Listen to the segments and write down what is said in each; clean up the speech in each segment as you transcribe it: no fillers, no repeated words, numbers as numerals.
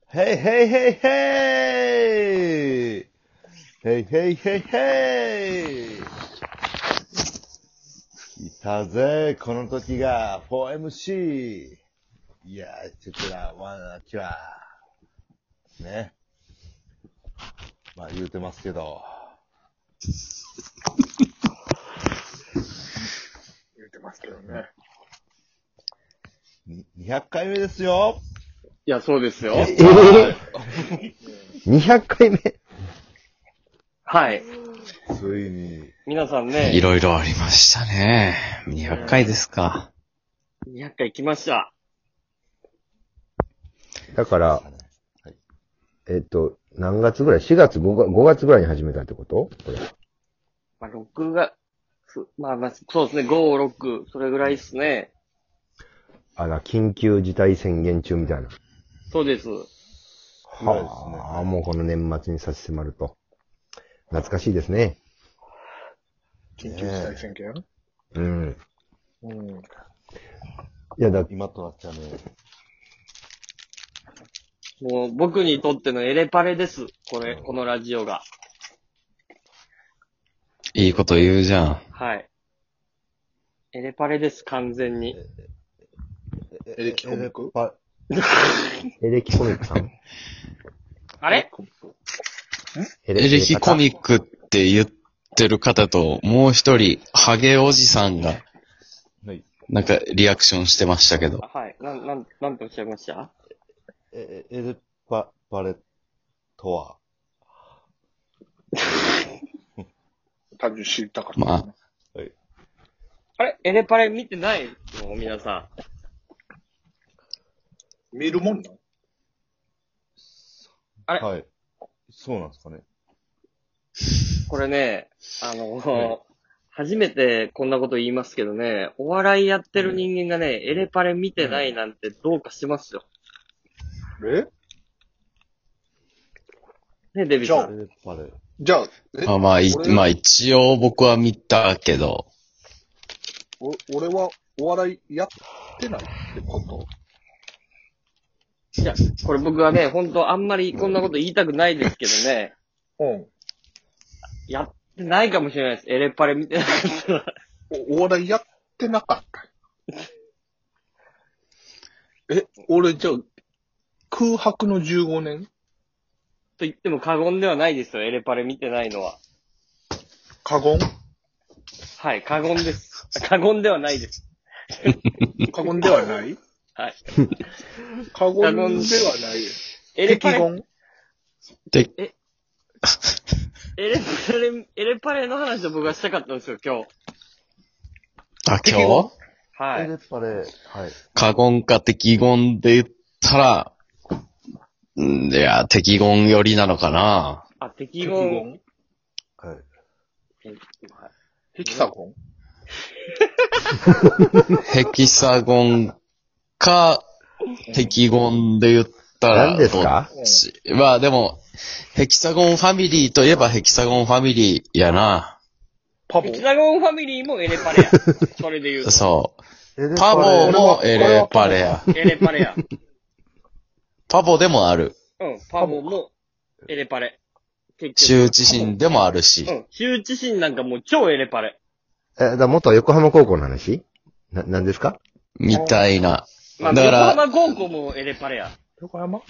ヘイヘイヘイヘイヘイヘイヘイヘイいたぜ、この時が 4MC。いやー、ちょっとな、キラー。ね。まあ言うてますけど。 言うてますけどね。 200回目ですよ。 いや、そうですよ。 200回目はい。 ついに。 皆さんね。 いろいろありましたね。200回ですか。 200回来ました。 だから、 はい、 何月ぐらい ?4 月5月ぐらいに始めたってことこれ。 まあ、6月、まあ、そうですね、5、6、それぐらいですね。 緊急事態宣言中みたいな。 そうです。 はあ、もうこの年末に差し迫ると。懐かしいですね。 緊急事態宣言、 うん。 うん。 いや、 今となっちゃね。 もう僕にとってのエレパレです。このラジオが。 いいこと言うじゃん。 はい。エレパレです、完全に。 エレキコミックエレキコミックさんあれエレキコミックって言ってる方と、もう一人、ハゲおじさんが、 はい。 なんかリアクションしてましたけど。 はい。なんておっしゃいました？ エレパレとは単純に知りたかった、 まあ、 あれエレパレ見てないの皆さん。見るもんなの？ あれはい。そうなんですかね。 これね、 はい初めてこんなこと言いますけどね、お笑いやってる人間がね、エレパレ見てないなんてどうかしますよ。ね、デビさん。 エレパレ。 じゃあ、 まあ、 俺まあ一応僕は見たけど、 俺はお笑いやってないってこといや、これ僕はね、本当あんまりこんなこと言いたくないですけどね、 うん。 やってないかもしれないです。エレパレ見てない人は。 お笑いやってなかった。俺じゃあ、空白の15年と言っても過言ではないですよ、エレパレ見てないのは。 過言はい、過言です。過言ではないです。 過言ではないはい。 過言ではない。 エレパレ、 で、 エレパレの話を僕はしたかったんですよ、今日。 今日はい。 エレパレ、はい。 過言か適言で言ったら、いや、適言寄りなのかな。 適言。 はい。 ヘキサゴンヘキサゴンか、適言で言ったら、 何ですか？ どっちまあでも、ヘキサゴンファミリーといえばヘキサゴンファミリーやな。 パボヘキサゴンファミリーもエレパレや。それで言うと。 そう。パボもエレパレや。 エレパレや。 パボでもある。 うん、パボもエレパレ。 羞恥心でもあるし。 うん、羞恥心なんかもう超エレパレ。 元横浜高校の話何ですかみたいな。 まあ、 だから横浜高校もエレパレや。 横浜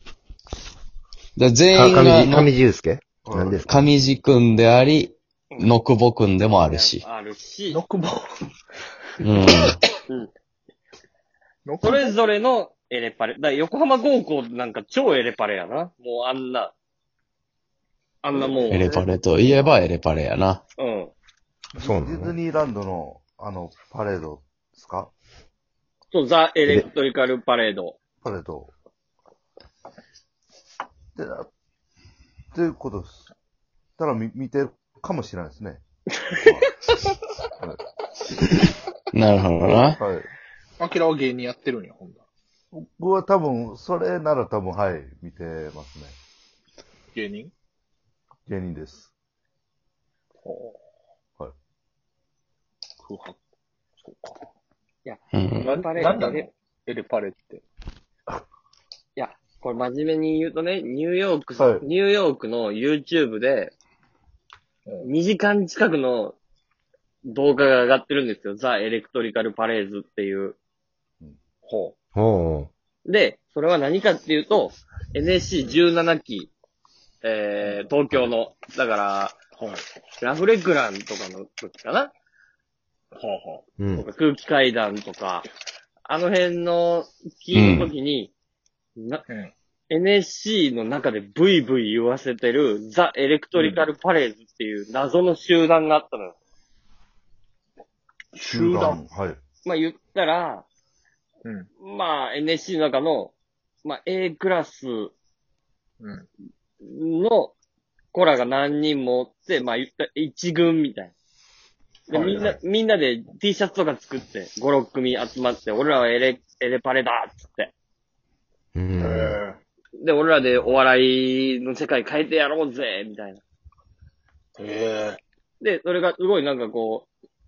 全員が上地雄介何ですか上地くんであり、野久保くんでもあるし。 あるし。 ノクボうん。 それぞれのエレパレ。だから横浜高校なんか超エレパレやな。もうあんなもう。 エレパレといえばエレパレやな。 うん。 そうなのディズニーランドの、パレードですか？ そう、ザ・エレクトリカルパレード。 パレード。っていうことです。たら見てるかもしれないですね。 なるほどな。 はい。 アキラは芸人やってるんや、ほんだ。 僕は多分、それなら多分、はい、見てますね。 芸人芸人です。はい。 空白。そうか。 いや、 うん。 エレパレなんなのエレパレって。 いや、 これ真面目に言うとね、ニューヨークの YouTube で、2時間近くの動画が上がってるんですよ。ザ・エレクトリカル・パレーズっていう。 ほう。 で、それは何かっていうと、NSC17 期、東京の、だから、ラフレクランとかの時かな、とか空気階段とか、あの辺の期の時に、NSC の中でブイブイ言わせてるザ・エレクトリカル・パレーズっていう謎の集団があったのよ。 集団はい。 まあ言ったら、まあ NSC の中の、まあ A クラスの子らが何人もおって、まあ言ったら一軍みたいな。で、みんなで T シャツとか作って、5、6組集まって、俺らはエレパレだっつって。で、俺らでお笑いの世界変えてやろうぜみたいな。で、それがすごいなんかこ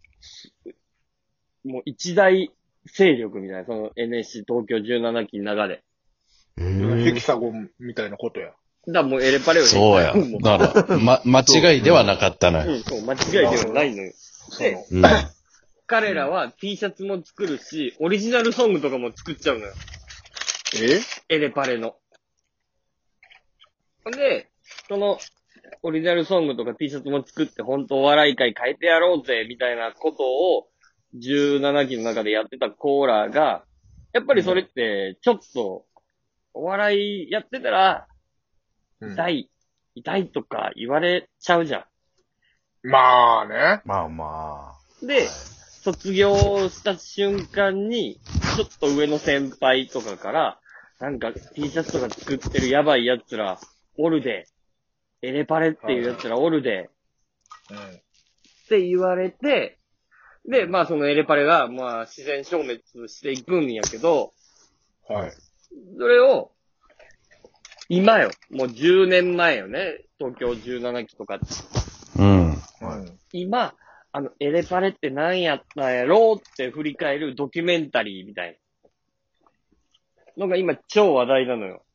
う、もう一大勢力みたいな、その NSC 東京17期の中で。 ヘキサゴンみたいなことや。 だからもうエレパレをそうや。だから、間違いではなかったのよ。 そう、間違いではないのよ。で、彼らは T シャツも作るし、オリジナルソングとかも作っちゃうのよ。エレパレの。で、その、オリジナルソングとか T シャツも作って、本当お笑い界変えてやろうぜ、みたいなことを、17期の中でやってたコーラが、やっぱりそれって、ちょっと、お笑いやってたら、痛いとか言われちゃうじゃん。 まあね。 まあまあ。で、卒業した瞬間に、ちょっと上の先輩とかから、なんか T シャツとか作ってるやばい奴ら、おるで、エレパレっていう奴らおるで、って言われて、で、まあそのエレパレが、まあ自然消滅していくんやけど、それを、今よ、もう10年前よね、東京17期とかって。今、エレパレって何やったんやろうって振り返るドキュメンタリーみたいなのが今超話題なのよ。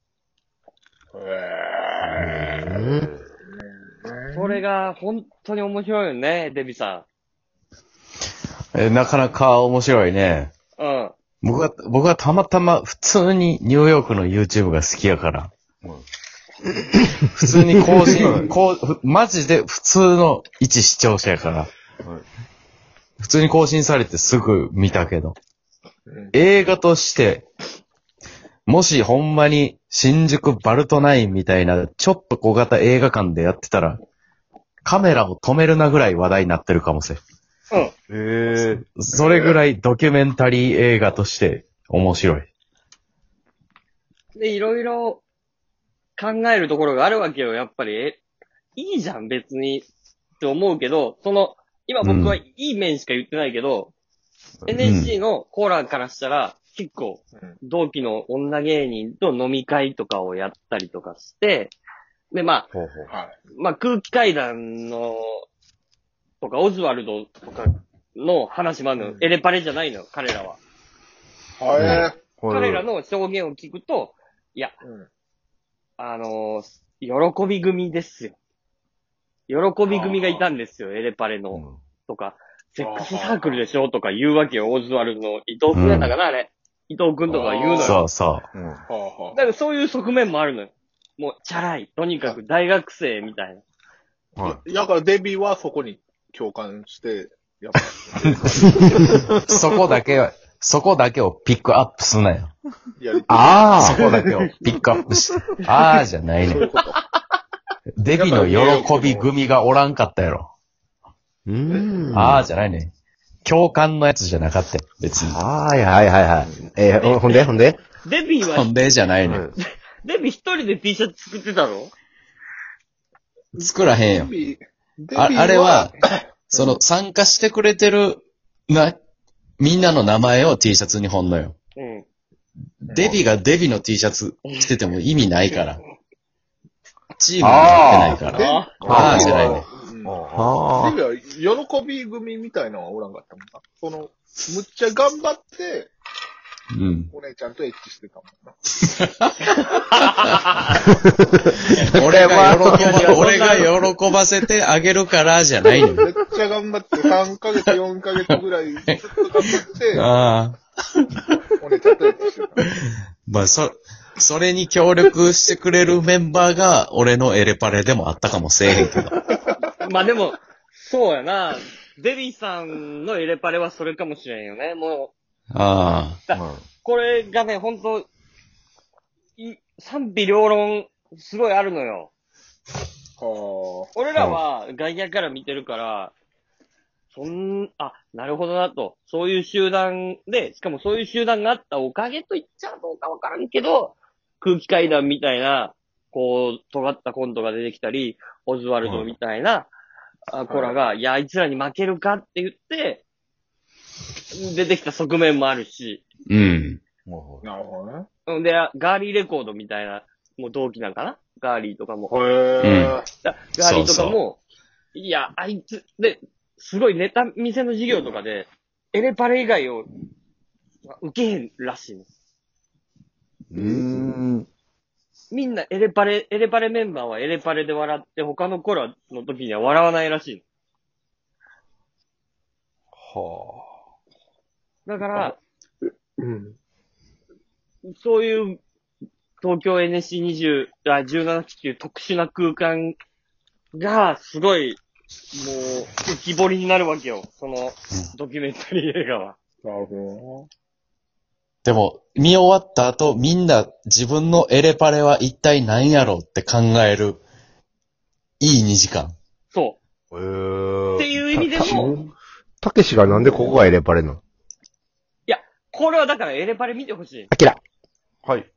それが本当に面白いよね、デビさん。なかなか面白いね。僕はたまたま普通にニューヨークの YouTube が好きやから。普通に更新、マジで普通の一視聴者やから。普通に更新されてすぐ見たけど。映画として、もしほんまに新宿バルトナインみたいなちょっと小型映画館でやってたら、カメラを止めるなぐらい話題になってるかもしれん。それぐらいドキュメンタリー映画として面白い。 で、いろいろ考えるところがあるわけよ、やっぱり。いいじゃん、別に。って思うけど、今僕はいい面しか言ってないけど、NSC のコーラからしたら、結構、同期の女芸人と飲み会とかをやったりとかして、で、まあ空気階段の、とか、オズワルドとかの話もあるのよ。エレパレじゃないのよ、彼らは。彼らの証言を聞くと、いや、喜び組ですよ。喜び組がいたんですよ、エレパレの。とか、セックスサークルでしょとか言うわけよ、オズワルドの伊藤くんやったかな、あれ。伊藤くんとか言うのよ。 そうそう。 だからそういう側面もあるのよ。もう、チャラい。とにかく大学生みたいな。だからデビはそこに共感して、やっぱそこだけをピックアップすなよ。そこだけをピックアップして。じゃないね。デビの喜び組がおらんかったやろ。じゃないね。共感のやつじゃなかったよ、別に。 ほんでデビは。 ほんでじゃないね。 デビ一人で T シャツ作ってたの？ 作らへんよ。あれは、参加してくれてる、みんなの名前を T シャツに貼んのよ。デビがデビの T シャツ着てても意味ないから。チームになってないから。じゃないね。 デビは喜び組みたいなのはおらんかったもんな。むっちゃ頑張って、 うん。 お姉ちゃんとエッチしてたもんな。 俺が喜ばせてあげるからじゃないの。 めっちゃ頑張って、3ヶ月、4ヶ月ぐらいずっと頑張って、お姉ちゃんとエッチしてた。 まあ、それに協力してくれるメンバーが、俺のエレパレでもあったかもしれへんけど。 まあでも、そうやな。デビさんのエレパレはそれかもしれんよね、もう。これがね、ほんと、賛否両論、すごいあるのよ。俺らは外野から見てるから、なるほどなと。そういう集団で、しかもそういう集団があったおかげと言っちゃうどうかわからんけど、空気階段みたいな、こう、尖ったコントが出てきたり、オズワルドみたいな、子らが、いや、あいつらに負けるかって言って、出てきた側面もあるし。 うん。 なるほどね。 で、ガーリーレコードみたいな、もう同期なんかなガーリーとかも。 ガーリーとかも、いや、あいつ、で、すごいネタ店の授業とかで、エレパレ以外を受けへんらしいの。みんなエレパレメンバーはエレパレで笑って、他の子らの時には笑わないらしいの。だから、そういう東京 NSC17 期っていう特殊な空間が、すごい、もう、浮き彫りになるわけよ。その、ドキュメンタリー映画は。 なるほど。 でも、見終わった後、みんな自分のエレパレは一体何やろうって考える、いい2時間。 そう。っていう意味でも、 たけしがなんでここがエレパレなの？ いや、これはだからエレパレ見てほしい。 あきら。 はい。